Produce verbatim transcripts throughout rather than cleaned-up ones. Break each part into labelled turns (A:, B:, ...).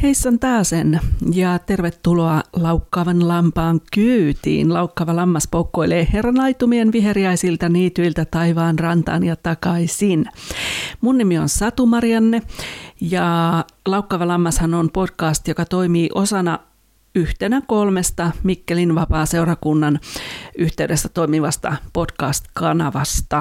A: Heissan taasen ja tervetuloa Laukkaavan lampaan kyytiin. Laukkaava lammas poukkoilee herranaitumien viheriäisiltä niityiltä taivaan rantaan ja takaisin. Mun nimi on Satu Marianne ja Laukkaava lammashan on podcast, joka toimii osana yhtenä kolmesta Mikkelin vapaaseurakunnan yhteydessä toimivasta podcast-kanavasta.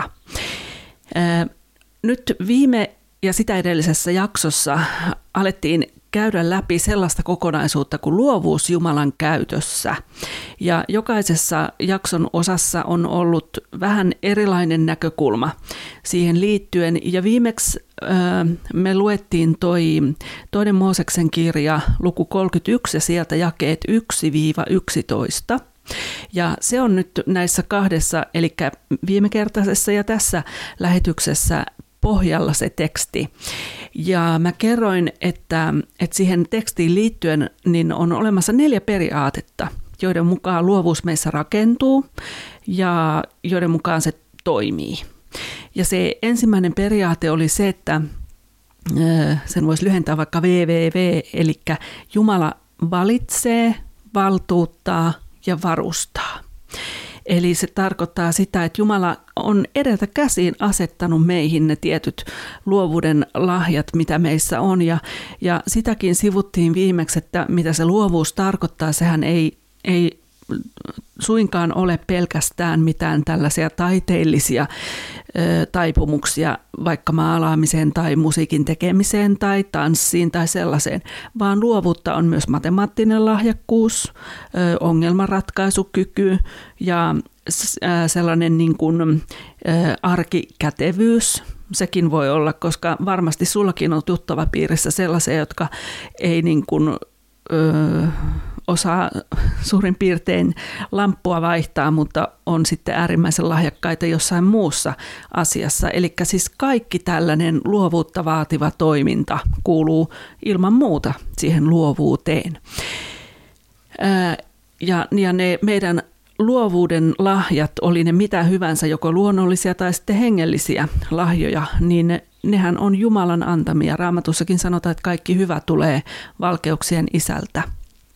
A: Nyt viime ja sitä edellisessä jaksossa alettiin käydä läpi sellaista kokonaisuutta kuin luovuus Jumalan käytössä. Ja jokaisessa jakson osassa on ollut vähän erilainen näkökulma siihen liittyen. Ja viimeksi äh, me luettiin toi toinen Mooseksen kirja, luku kolmekymmentäyksi ja sieltä jakeet yksi yksitoista. Ja se on nyt näissä kahdessa, eli viimekertaisessa ja tässä lähetyksessä pohjalla se teksti. Ja mä kerroin, että, että siihen tekstiin liittyen niin on olemassa neljä periaatetta, joiden mukaan luovuus meissä rakentuu ja joiden mukaan se toimii. Ja se ensimmäinen periaate oli se, että sen voisi lyhentää vaikka W W W, eli Jumala valitsee, valtuuttaa ja varustaa. Eli se tarkoittaa sitä, että Jumala on edeltä käsiin asettanut meihin ne tietyt luovuuden lahjat, mitä meissä on. Ja, ja sitäkin sivuttiin viimeksi, että mitä se luovuus tarkoittaa. Sehän ei, ei suinkaan ole pelkästään mitään tällaisia taiteellisia ö, taipumuksia, vaikka maalaamiseen tai musiikin tekemiseen tai tanssiin tai sellaiseen, vaan luovuutta on myös matemaattinen lahjakkuus, ö, ongelmanratkaisukyky ja sellainen niin kuin, ö, arkikätevyys. Sekin voi olla, koska varmasti sullakin on tuttava piirissä sellaisia, jotka ei niin kuin, ö, osaa suurin piirtein lamppua vaihtaa, mutta on sitten äärimmäisen lahjakkaita jossain muussa asiassa. Eli siis kaikki tällainen luovuutta vaativa toiminta kuuluu ilman muuta siihen luovuuteen. Ja, ja ne meidän luovuuden lahjat, oli ne mitä hyvänsä, joko luonnollisia tai sitten hengellisiä lahjoja, niin ne, nehän on Jumalan antamia. Raamatussakin sanotaan, että kaikki hyvä tulee valkeuksien isältä.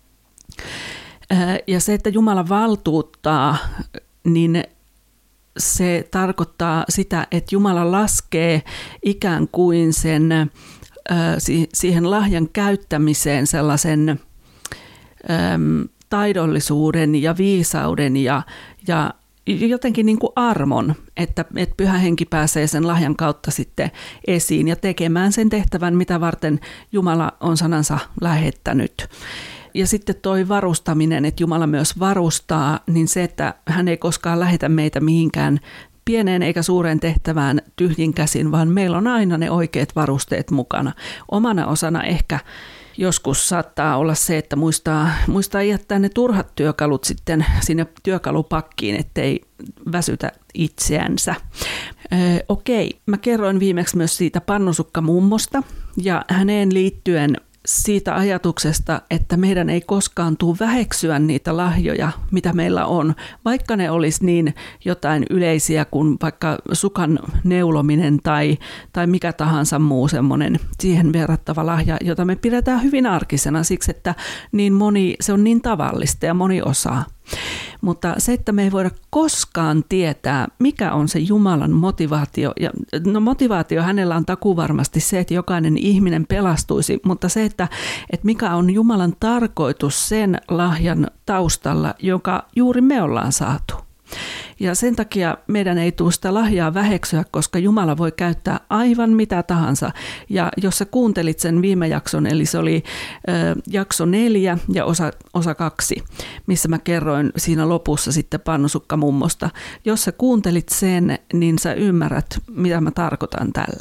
A: Ja se, että Jumala valtuuttaa, niin se tarkoittaa sitä, että Jumala laskee ikään kuin sen, siihen lahjan käyttämiseen sellaisen taidollisuuden ja viisauden ja, ja jotenkin niin kuin armon, että, että Pyhä Henki pääsee sen lahjan kautta sitten esiin ja tekemään sen tehtävän, mitä varten Jumala on sanansa lähettänyt. Ja sitten toi varustaminen, että Jumala myös varustaa, niin se, että hän ei koskaan lähetä meitä mihinkään pieneen eikä suureen tehtävään tyhjin käsin, vaan meillä on aina ne oikeat varusteet mukana. Omana osana ehkä joskus saattaa olla se, että muistaa, muistaa jättää ne turhat työkalut sitten sinne työkalupakkiin, ettei väsytä itseänsä. Öö, okei, mä kerroin viimeksi myös siitä pannusukkamummosta ja häneen liittyen siitä ajatuksesta, että meidän ei koskaan tule väheksyä niitä lahjoja, mitä meillä on, vaikka ne olisi niin jotain yleisiä kuin vaikka sukan neulominen tai, tai mikä tahansa muu semmoinen siihen verrattava lahja, jota me pidetään hyvin arkisena siksi, että niin moni, se on niin tavallista ja moni osaa. Mutta se, että me ei voida koskaan tietää, mikä on se Jumalan motivaatio. Ja, no motivaatio hänellä on takuvarmasti se, että jokainen ihminen pelastuisi, mutta se, että, että mikä on Jumalan tarkoitus sen lahjan taustalla, joka juuri me ollaan saatu. Ja sen takia meidän ei tule sitä lahjaa väheksyä, koska Jumala voi käyttää aivan mitä tahansa. Ja jos sä kuuntelit sen viime jakson, eli se oli ö, jakso neljä ja osa, osa kaksi, missä mä kerroin siinä lopussa sitten pannusukkamummosta. Jos sä kuuntelit sen, niin sä ymmärrät, mitä mä tarkoitan tällä.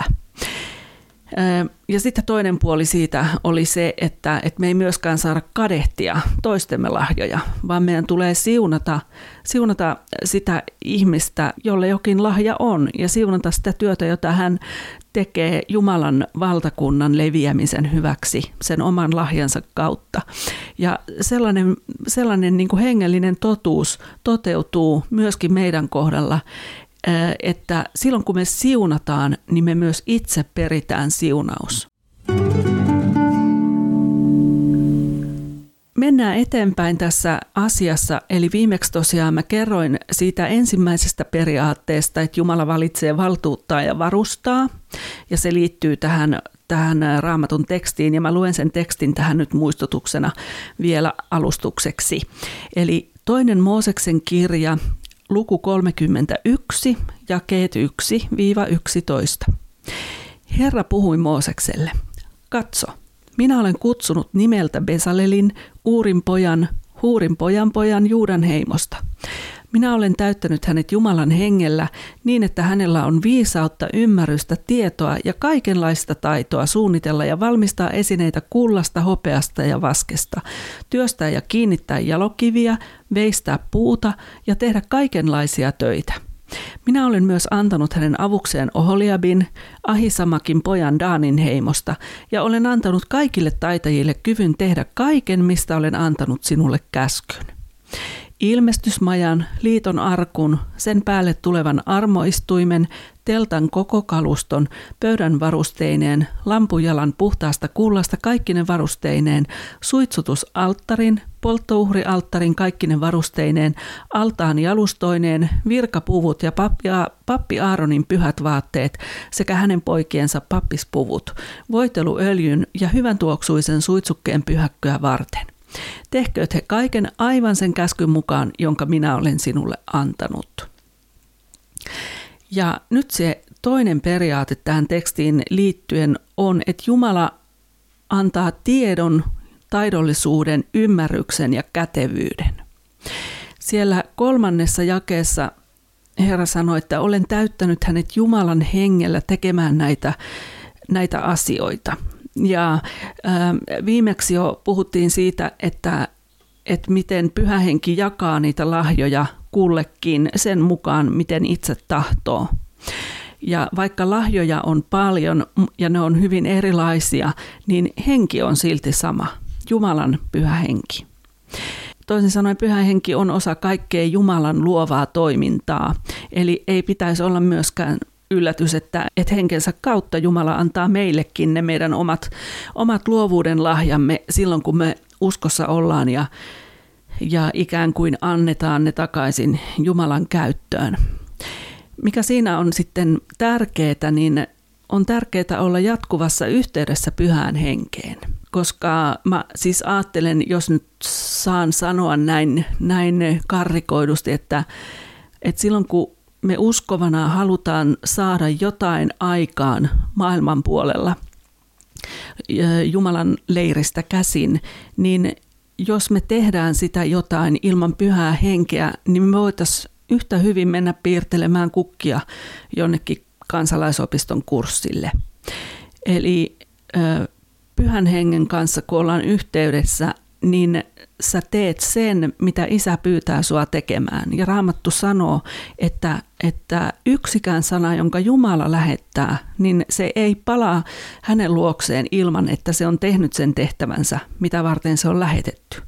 A: Ja sitten toinen puoli siitä oli se, että, että me ei myöskään saada kadehtia toistemme lahjoja, vaan meidän tulee siunata, siunata sitä ihmistä, jolle jokin lahja on, ja siunata sitä työtä, jota hän tekee Jumalan valtakunnan leviämisen hyväksi sen oman lahjansa kautta. Ja sellainen, sellainen niin kuin hengellinen totuus toteutuu myöskin meidän kohdalla, että silloin kun me siunataan, niin me myös itse peritään siunaus. mennään eteenpäin tässä asiassa. Eli viimeksi tosiaan mä kerroin siitä ensimmäisestä periaatteesta, että Jumala valitsee valtuuttaa ja varustaa. Ja se liittyy tähän, tähän Raamatun tekstiin, ja mä luen sen tekstin tähän nyt muistutuksena vielä alustukseksi. Eli toinen Mooseksen kirja, luku kolmekymmentäyksi, jakeet yksi yksitoista. Herra puhui Moosekselle, katso, minä olen kutsunut nimeltä Besalelin, Uurin pojan, Huurin pojan pojan Juudan heimosta. Minä olen täyttänyt hänet Jumalan hengellä niin, että hänellä on viisautta, ymmärrystä, tietoa ja kaikenlaista taitoa suunnitella ja valmistaa esineitä kullasta, hopeasta ja vaskesta, työstää ja kiinnittää jalokiviä, veistää puuta ja tehdä kaikenlaisia töitä. Minä olen myös antanut hänen avukseen Oholiabin, Ahisamakin pojan Daanin heimosta, ja olen antanut kaikille taitajille kyvyn tehdä kaiken, mistä olen antanut sinulle käskyn. Ilmestysmajan, liiton arkun, sen päälle tulevan armoistuimen, teltan koko kaluston, pöydän varusteineen, lampujalan puhtaasta kullasta kaikkine varusteineen, suitsutusalttarin, polttouhrialttarin kaikkine varusteineen, altaan jalustoineen, virkapuvut ja pappi, pappi Aaronin pyhät vaatteet sekä hänen poikiensa pappispuvut, voiteluöljyn ja hyvän tuoksuisen suitsukkeen pyhäkköä varten. Tehkööt he kaiken aivan sen käskyn mukaan, jonka minä olen sinulle antanut. Ja nyt se toinen periaate tähän tekstiin liittyen on, että Jumala antaa tiedon, taidollisuuden, ymmärryksen ja kätevyyden. Siellä kolmannessa jakeessa Herra sanoi, että olen täyttänyt hänet Jumalan hengellä tekemään näitä, näitä asioita. Ja äh, viimeksi jo puhuttiin siitä, että, että miten Pyhä Henki jakaa niitä lahjoja kullekin sen mukaan, miten itse tahtoo. Ja vaikka lahjoja on paljon ja ne on hyvin erilaisia, niin henki on silti sama, Jumalan Pyhä Henki. Toisin sanoen Pyhä Henki on osa kaikkea Jumalan luovaa toimintaa, eli ei pitäisi olla myöskään yllätys, että, että henkensä kautta Jumala antaa meillekin ne meidän omat, omat luovuuden lahjamme silloin, kun me uskossa ollaan ja, ja ikään kuin annetaan ne takaisin Jumalan käyttöön. Mikä siinä on sitten tärkeää, niin on tärkeää olla jatkuvassa yhteydessä Pyhään Henkeen. Koska mä siis ajattelen, jos nyt saan sanoa näin, näin karrikoidusti, että, että silloin kun me uskovana halutaan saada jotain aikaan maailman puolella Jumalan leiristä käsin, niin jos me tehdään sitä jotain ilman Pyhää Henkeä, niin me voitaisiin yhtä hyvin mennä piirtelemään kukkia jonnekin kansalaisopiston kurssille. Eli Pyhän Hengen kanssa, kun ollaan yhteydessä, niin sä teet sen, mitä Isä pyytää sua tekemään. Ja Raamattu sanoo, että, että yksikään sana, jonka Jumala lähettää, niin se ei palaa hänen luokseen ilman, että se on tehnyt sen tehtävänsä, mitä varten se on lähetetty.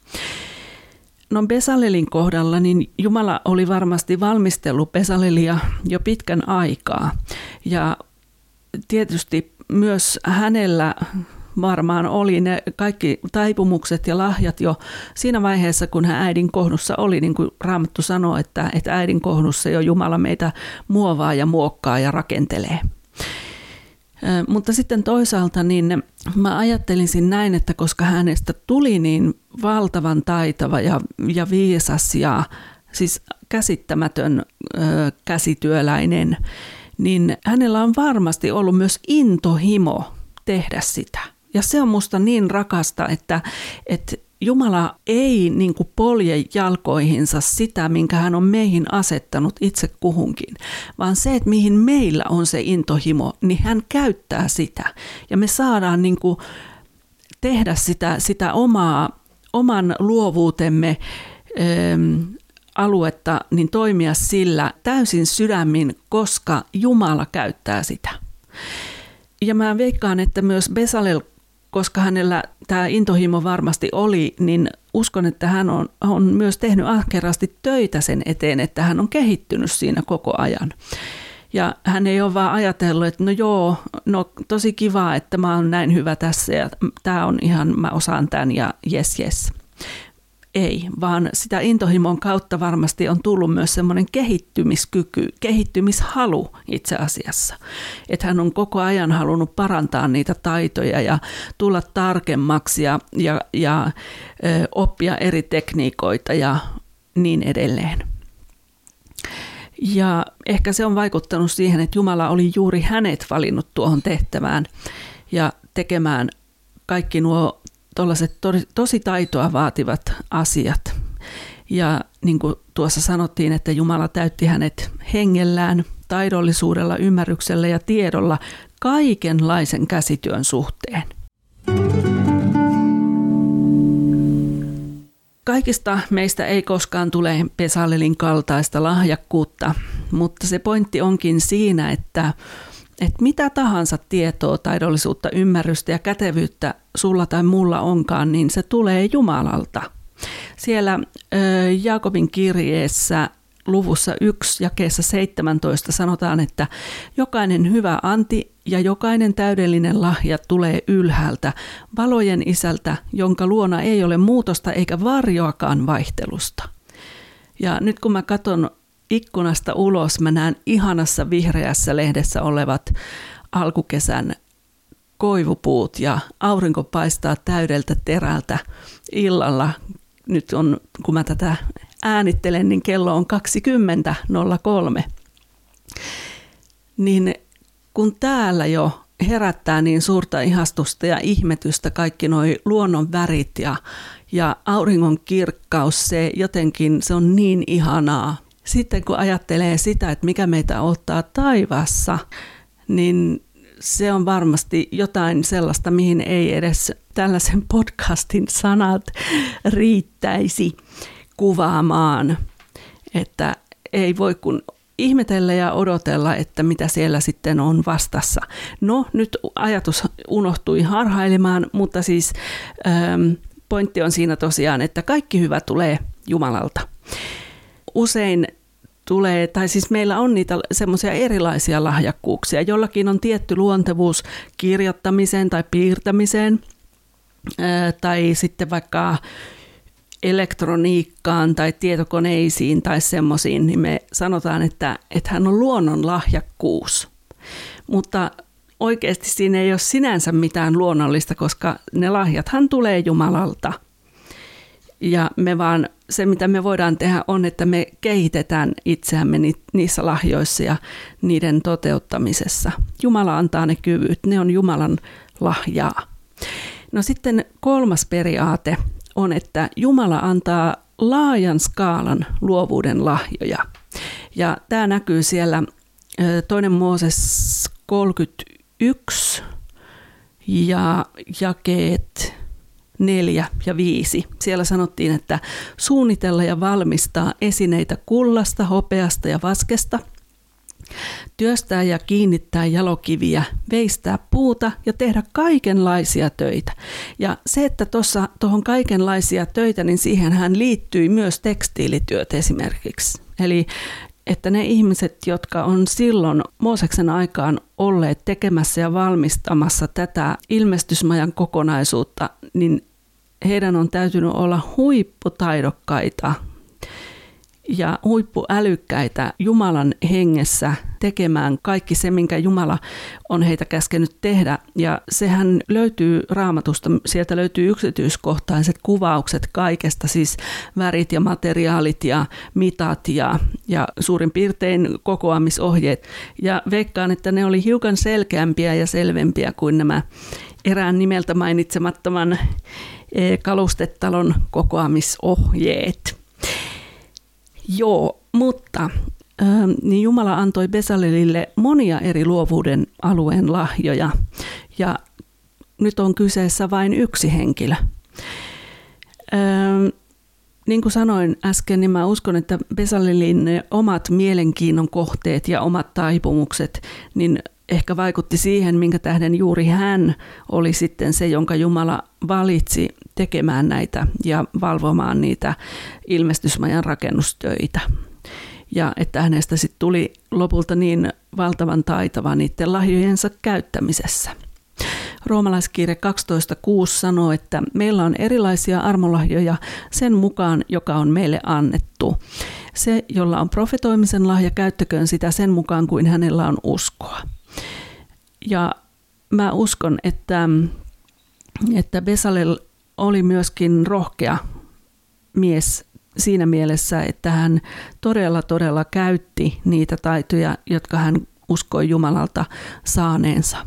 A: No Besalelin kohdalla niin Jumala oli varmasti valmistellut Besalelia jo pitkän aikaa. Ja tietysti myös hänellä varmaan oli ne kaikki taipumukset ja lahjat jo siinä vaiheessa, kun hän äidin kohdussa oli, niin kuin Raamattu sanoo, että, että äidin kohdussa jo Jumala meitä muovaa ja muokkaa ja rakentelee. Mutta sitten toisaalta niin mä ajattelisin näin, että koska hänestä tuli niin valtavan taitava ja, ja viisas ja siis käsittämätön ö, käsityöläinen, niin hänellä on varmasti ollut myös intohimo tehdä sitä. Ja se on musta niin rakasta, että, että Jumala ei niin kuin polje jalkoihinsa sitä, minkä hän on meihin asettanut itse kuhunkin, vaan se, että mihin meillä on se intohimo, niin hän käyttää sitä. Ja me saadaan niin kuin tehdä sitä, sitä omaa, oman luovuutemme ähm, aluetta, niin toimia sillä täysin sydämin, koska Jumala käyttää sitä. Ja mä veikkaan, että myös Besalel, koska hänellä tämä intohimo varmasti oli, niin uskon, että hän on, on myös tehnyt ahkerasti töitä sen eteen, että hän on kehittynyt siinä koko ajan. Ja hän ei ole vaan ajatellut, että no joo, no tosi kiva, että mä oon näin hyvä tässä ja tämä on ihan, mä osaan tämän ja jes jes. Ei, vaan sitä intohimon kautta varmasti on tullut myös semmoinen kehittymiskyky, kehittymishalu itse asiassa. Että hän on koko ajan halunnut parantaa niitä taitoja ja tulla tarkemmaksi ja, ja, ja ö, oppia eri tekniikoita ja niin edelleen. Ja ehkä se on vaikuttanut siihen, että Jumala oli juuri hänet valinnut tuohon tehtävään ja tekemään kaikki nuo tuollaiset tosi taitoa vaativat asiat. Ja niin kuin tuossa sanottiin, että Jumala täytti hänet hengellään, taidollisuudella, ymmärryksellä ja tiedolla kaikenlaisen käsityön suhteen. Kaikista meistä ei koskaan tule Besalelin kaltaista lahjakkuutta, mutta se pointti onkin siinä, että, että mitä tahansa tietoa, taidollisuutta, ymmärrystä ja kätevyyttä sulla tai mulla onkaan, niin se tulee Jumalalta. Siellä ö, Jaakobin kirjeessä luvussa yksi jakeessa seitsemäntoista sanotaan, että jokainen hyvä anti ja jokainen täydellinen lahja tulee ylhäältä, valojen isältä, jonka luona ei ole muutosta eikä varjoakaan vaihtelusta. Ja nyt kun mä katson ikkunasta ulos, mä näen ihanassa vihreässä lehdessä olevat alkukesän koivupuut ja aurinko paistaa täydeltä terältä illalla. Nyt on, kun mä tätä äänittelen, niin kello on kaksikymmentä nolla kolme. Niin kun täällä jo herättää niin suurta ihastusta ja ihmetystä kaikki nuo luonnon värit ja, ja auringon kirkkaus, se jotenkin se on niin ihanaa. Sitten kun ajattelee sitä, että mikä meitä ottaa taivaassa, niin se on varmasti jotain sellaista, mihin ei edes tällaisen podcastin sanat riittäisi kuvaamaan, että ei voi kun ihmetellä ja odotella, että mitä siellä sitten on vastassa. No, nyt ajatus unohtui harhailemaan, mutta siis ähm, pointti on siinä tosiaan, että kaikki hyvä tulee Jumalalta. Usein tulee, tai siis meillä on niitä semmoisia erilaisia lahjakkuuksia. Jollakin on tietty luontevuus kirjoittamiseen tai piirtämiseen, ää, tai sitten vaikka elektroniikkaan tai tietokoneisiin tai semmoisiin, niin me sanotaan, että, että hän on luonnon lahjakkuus. Mutta oikeasti siinä ei ole sinänsä mitään luonnollista, koska ne lahjathan tulee Jumalalta. Ja me vaan, se mitä me voidaan tehdä on, että me kehitetään itseämme niissä lahjoissa ja niiden toteuttamisessa. Jumala antaa ne kyvyt, ne on Jumalan lahjaa. No sitten kolmas periaate on, että Jumala antaa laajan skaalan luovuuden lahjoja. Ja tämä näkyy siellä toinen Mooses kolmekymmentäyksi ja jakeet neljä ja viisi. Siellä sanottiin, että suunnitella ja valmistaa esineitä kullasta, hopeasta ja vaskesta, työstää ja kiinnittää jalokiviä, veistää puuta ja tehdä kaikenlaisia töitä. Ja se, että tuossa tuohon kaikenlaisia töitä, niin siihenhän liittyy myös tekstiilityöt esimerkiksi. Eli että ne ihmiset, jotka on silloin Mooseksen aikaan olleet tekemässä ja valmistamassa tätä ilmestysmajan kokonaisuutta, niin heidän on täytynyt olla huipputaidokkaita ja huippuälykkäitä Jumalan hengessä tekemään kaikki se, minkä Jumala on heitä käskenyt tehdä. Ja sehän löytyy Raamatusta, sieltä löytyy yksityiskohtaiset kuvaukset kaikesta, siis värit ja materiaalit ja mitat ja, ja suurin piirtein kokoamisohjeet. Ja veikkaan, että ne oli hiukan selkeämpiä ja selvempiä kuin nämä erään nimeltä mainitsemattoman kalustetalon kokoamisohjeet. Joo, mutta äh, niin Jumala antoi Besalelille monia eri luovuuden alueen lahjoja ja nyt on kyseessä vain yksi henkilö. Äh, niin kuin sanoin äsken, niin mä uskon, että Besalelin omat mielenkiinnon kohteet ja omat taipumukset niin ehkä vaikutti siihen, minkä tähden juuri hän oli sitten se, jonka Jumala valitsi tekemään näitä ja valvomaan niitä ilmestysmajan rakennustöitä. Ja että hänestä sitten tuli lopulta niin valtavan taitava niiden lahjojensa käyttämisessä. Roomalaiskirje kaksitoista kuusi sanoo, että meillä on erilaisia armolahjoja sen mukaan, joka on meille annettu. Se, jolla on profetoimisen lahja, käyttäköön sitä sen mukaan, kuin hänellä on uskoa. Ja mä uskon, että, että Bezalel oli myöskin rohkea mies siinä mielessä, että hän todella todella käytti niitä taitoja, jotka hän uskoi Jumalalta saaneensa.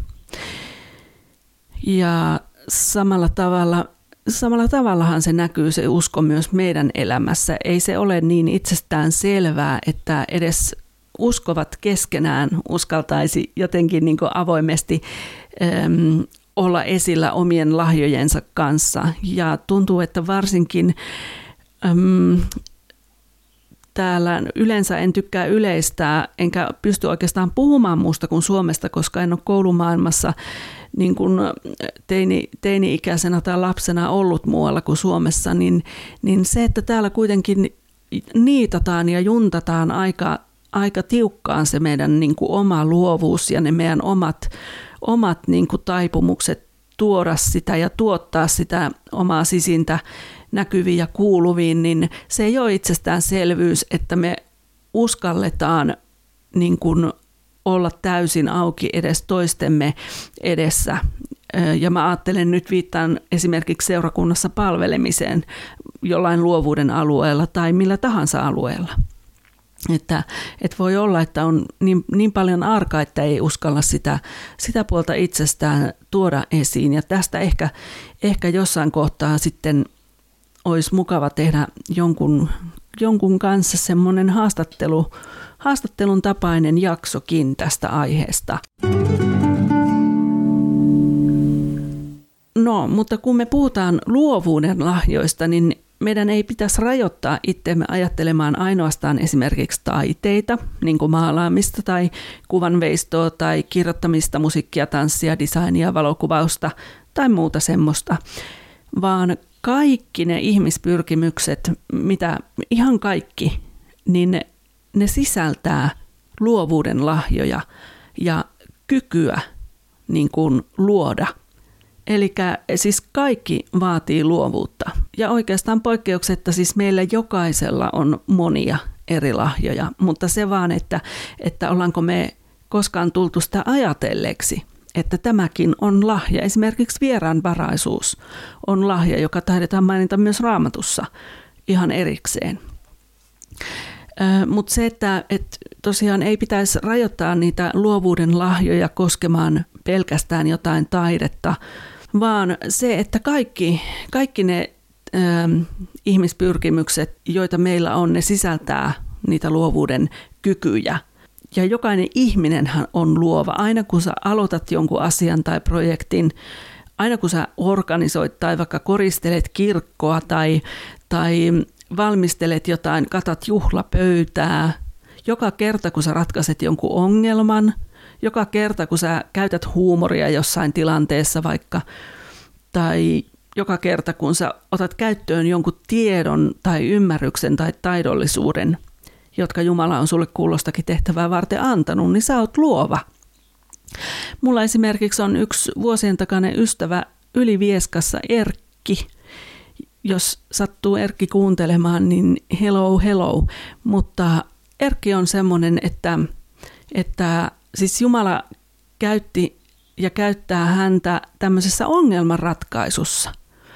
A: Ja samalla tavalla, samalla tavallahan se näkyy se usko myös meidän elämässä. Ei se ole niin itsestään selvää, että edes uskovat keskenään uskaltaisi jotenkin niin kuin avoimesti äm, olla esillä omien lahjojensa kanssa. Ja tuntuu, että varsinkin äm, täällä yleensä en tykkää yleistää, enkä pysty oikeastaan puhumaan muusta kuin Suomesta, koska en ole koulumaailmassa niin kuin teini, teini-ikäisenä tai lapsena ollut muualla kuin Suomessa, niin, niin se, että täällä kuitenkin niitataan ja juntataan aika, aika tiukkaan se meidän niin kuin oma luovuus ja ne meidän omat, omat niin kuin taipumukset tuoda sitä ja tuottaa sitä omaa sisintä näkyviin ja kuuluviin, niin se ei ole itsestäänselvyys, että me uskalletaan niin kuin olla täysin auki edes toistemme edessä. Ja mä ajattelen nyt viittaan esimerkiksi seurakunnassa palvelemiseen jollain luovuuden alueella tai millä tahansa alueella. Että, että voi olla, että on niin, niin paljon arka, että ei uskalla sitä, sitä puolta itsestään tuoda esiin. Ja tästä ehkä, ehkä jossain kohtaa sitten olisi mukava tehdä jonkun, jonkun kanssa semmoinen haastattelu, haastattelun tapainen jaksokin tästä aiheesta. No, mutta kun me puhutaan luovuuden lahjoista, niin meidän ei pitäisi rajoittaa itseämme ajattelemaan ainoastaan esimerkiksi taiteita, niin kuin maalaamista tai kuvanveistoa tai kirjoittamista, musiikkia, tanssia, designia, valokuvausta tai muuta semmoista, vaan kaikki ne ihmispyrkimykset, mitä ihan kaikki, niin ne, ne sisältää luovuuden lahjoja ja kykyä niin kuin luoda. Eli siis kaikki vaatii luovuutta. Ja oikeastaan poikkeuksetta siis meillä jokaisella on monia eri lahjoja, mutta se vaan, että, että ollaanko me koskaan tultu sitä ajatelleeksi, että tämäkin on lahja. Esimerkiksi vieraanvaraisuus on lahja, joka taidetaan mainita myös Raamatussa ihan erikseen. Mutta se, että et tosiaan ei pitäisi rajoittaa niitä luovuuden lahjoja koskemaan pelkästään jotain taidetta, vaan se, että kaikki, kaikki ne ö, ihmispyrkimykset, joita meillä on, ne sisältää niitä luovuuden kykyjä. Ja jokainen ihminenhän on luova. Aina kun sä aloitat jonkun asian tai projektin, aina kun sä organisoit tai vaikka koristelet kirkkoa tai, tai valmistelet jotain, katat juhlapöytää, joka kerta kun sä ratkaiset jonkun ongelman, joka kerta kun sä käytät huumoria jossain tilanteessa vaikka, tai joka kerta kun sä otat käyttöön jonkun tiedon tai ymmärryksen tai taidollisuuden, jotka Jumala on sulle kuulostakin tehtävää varten antanut, niin sä oot luova. Mulla esimerkiksi on yksi vuosien takainen ystävä Ylivieskassa, Erkki. Jos sattuu Erkki kuuntelemaan, niin hello, hello. Mutta Erkki on semmoinen, että, että siis Jumala käytti ja käyttää häntä tämmöisessä ongelmanratkaisussa.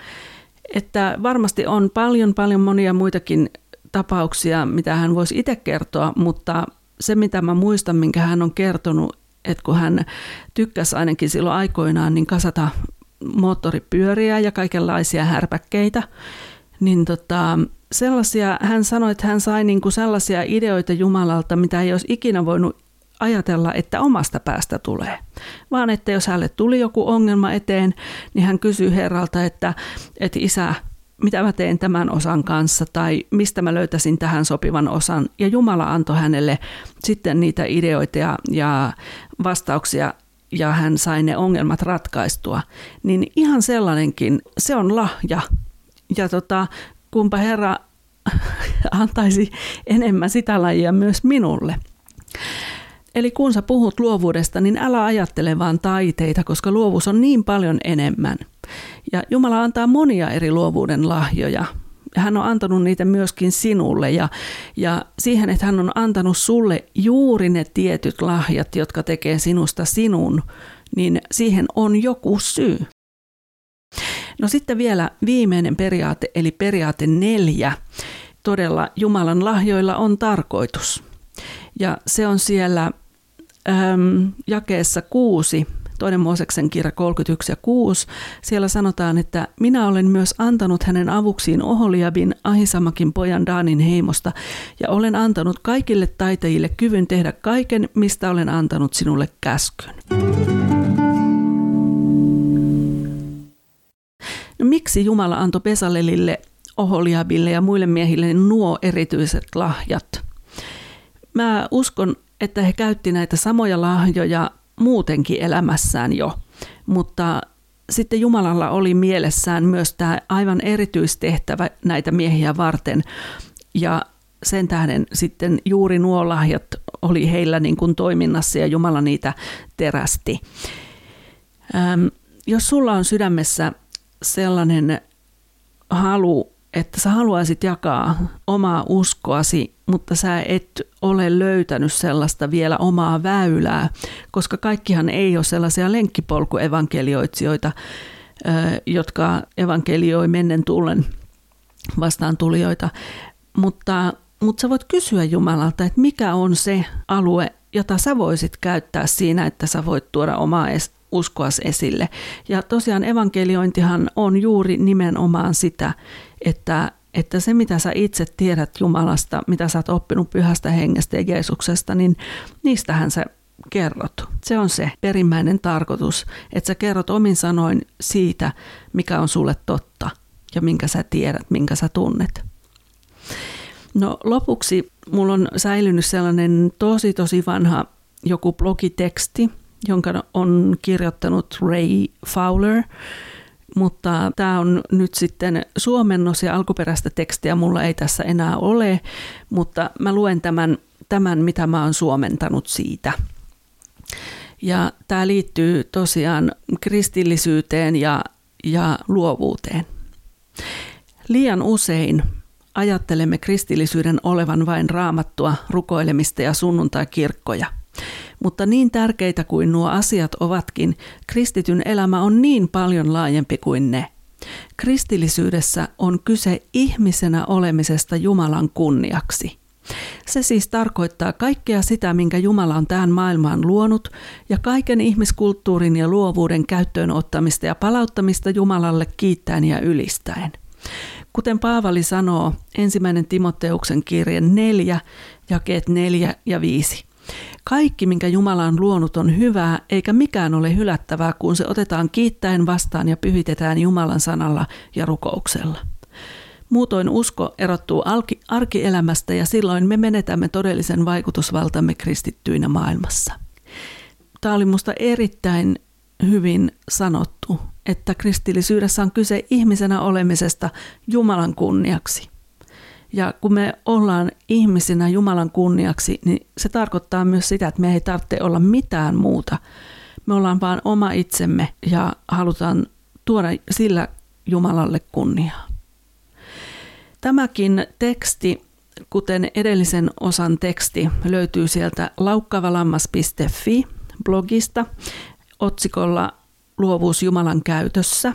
A: Että varmasti on paljon, paljon monia muitakin tapauksia, mitä hän voisi itse kertoa, mutta se, mitä mä muistan, minkä hän on kertonut, että kun hän tykkäsi ainakin silloin aikoinaan niin kasata moottoripyöriä ja kaikenlaisia härpäkkeitä, niin tota, sellaisia, hän sanoi, että hän sai niinku sellaisia ideoita Jumalalta, mitä ei olisi ikinä voinut ajatella, että omasta päästä tulee. Vaan että jos hänelle tuli joku ongelma eteen, niin hän kysyy Herralta, että, että isä, mitä mä teen tämän osan kanssa tai mistä mä löytäisin tähän sopivan osan. Ja Jumala antoi hänelle sitten niitä ideoita ja, ja vastauksia ja hän sai ne ongelmat ratkaistua. Niin ihan sellainenkin, se on lahja. Ja tota, kumpa Herra antaisi enemmän sitä lajia myös minulle. Eli kun sä puhut luovuudesta, niin älä ajattele vaan taiteita, koska luovuus on niin paljon enemmän. Ja Jumala antaa monia eri luovuuden lahjoja. Hän on antanut niitä myöskin sinulle ja, ja siihen, että hän on antanut sulle juuri ne tietyt lahjat, jotka tekee sinusta sinun, niin siihen on joku syy. No sitten vielä viimeinen periaate, eli periaate neljä. Todella Jumalan lahjoilla on tarkoitus. Ja se on siellä äm, jakeessa kuusi, toinen Mooseksen kirja kolmekymmentäyksi ja kuusi. Siellä sanotaan, että minä olen myös antanut hänen avuksiin Oholiabin, Ahisamakin pojan Daanin heimosta, ja olen antanut kaikille taitajille kyvyn tehdä kaiken, mistä olen antanut sinulle käskyn. No, miksi Jumala antoi Besalelille, Oholiabille ja muille miehille nuo erityiset lahjat? Mä uskon, että he käytti näitä samoja lahjoja muutenkin elämässään jo, mutta sitten Jumalalla oli mielessään myös tämä aivan erityistehtävä näitä miehiä varten, ja sen tähden sitten juuri nuo lahjat oli heillä niin kuin toiminnassa ja Jumala niitä terästi. Ähm, jos sulla on sydämessä sellainen halu, että sä haluaisit jakaa omaa uskoasi, mutta sä et ole löytänyt sellaista vielä omaa väylää, koska kaikkihan ei ole sellaisia lenkkipolkuevankelioitsijoita, jotka evankelioi mennen tullen vastaan tulijoita. Mutta, mutta sä voit kysyä Jumalalta, että mikä on se alue, jota sä voisit käyttää siinä, että sä voit tuoda omaa uskoas esille. Ja tosiaan evankeliointihan on juuri nimenomaan sitä, että, että se mitä sä itse tiedät Jumalasta, mitä sä oot oppinut Pyhästä Hengestä ja Jeesuksesta, niin niistähän sä kerrot. Se on se perimmäinen tarkoitus, että sä kerrot omin sanoin siitä, mikä on sulle totta ja minkä sä tiedät, minkä sä tunnet. No lopuksi mulla on säilynyt sellainen tosi tosi vanha joku blogiteksti, jonka on kirjoittanut Ray Fowler, mutta tämä on nyt sitten suomennos ja alkuperäistä tekstiä mulla ei tässä enää ole, mutta mä luen tämän, tämän mitä mä oon suomentanut siitä. Ja tämä liittyy tosiaan kristillisyyteen ja, ja luovuuteen. Liian usein ajattelemme kristillisyyden olevan vain raamattua, rukoilemista ja sunnuntai-kirkkoja. Mutta niin tärkeitä kuin nuo asiat ovatkin, kristityn elämä on niin paljon laajempi kuin ne. Kristillisyydessä on kyse ihmisenä olemisesta Jumalan kunniaksi. Se siis tarkoittaa kaikkea sitä, minkä Jumala on tähän maailmaan luonut, ja kaiken ihmiskulttuurin ja luovuuden käyttöön ottamista ja palauttamista Jumalalle kiittäen ja ylistäen. Kuten Paavali sanoo, ensimmäinen Timoteuksen kirje neljä, jakeet neljä ja viisi. Kaikki, minkä Jumala on luonut, on hyvää, eikä mikään ole hylättävää, kun se otetaan kiittäen vastaan ja pyhitetään Jumalan sanalla ja rukouksella. Muutoin usko erottuu arkielämästä ja silloin me menetämme todellisen vaikutusvaltamme kristittyinä maailmassa. Tämä oli minusta erittäin hyvin sanottu, että kristillisyydessä on kyse ihmisenä olemisesta Jumalan kunniaksi. Ja kun me ollaan ihmisinä Jumalan kunniaksi, niin se tarkoittaa myös sitä, että me ei tarvitse olla mitään muuta. Me ollaan vaan oma itsemme ja halutaan tuoda sillä Jumalalle kunniaa. Tämäkin teksti, kuten edellisen osan teksti, löytyy sieltä laukkavalammas piste fi blogista otsikolla Luovuus Jumalan käytössä.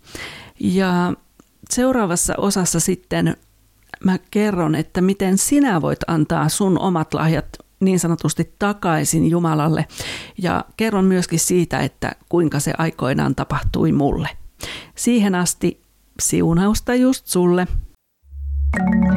A: Ja seuraavassa osassa sitten mä kerron, että miten sinä voit antaa sun omat lahjat niin sanotusti takaisin Jumalalle. Ja kerron myöskin siitä, että kuinka se aikoinaan tapahtui mulle. Siihen asti siunausta just sulle.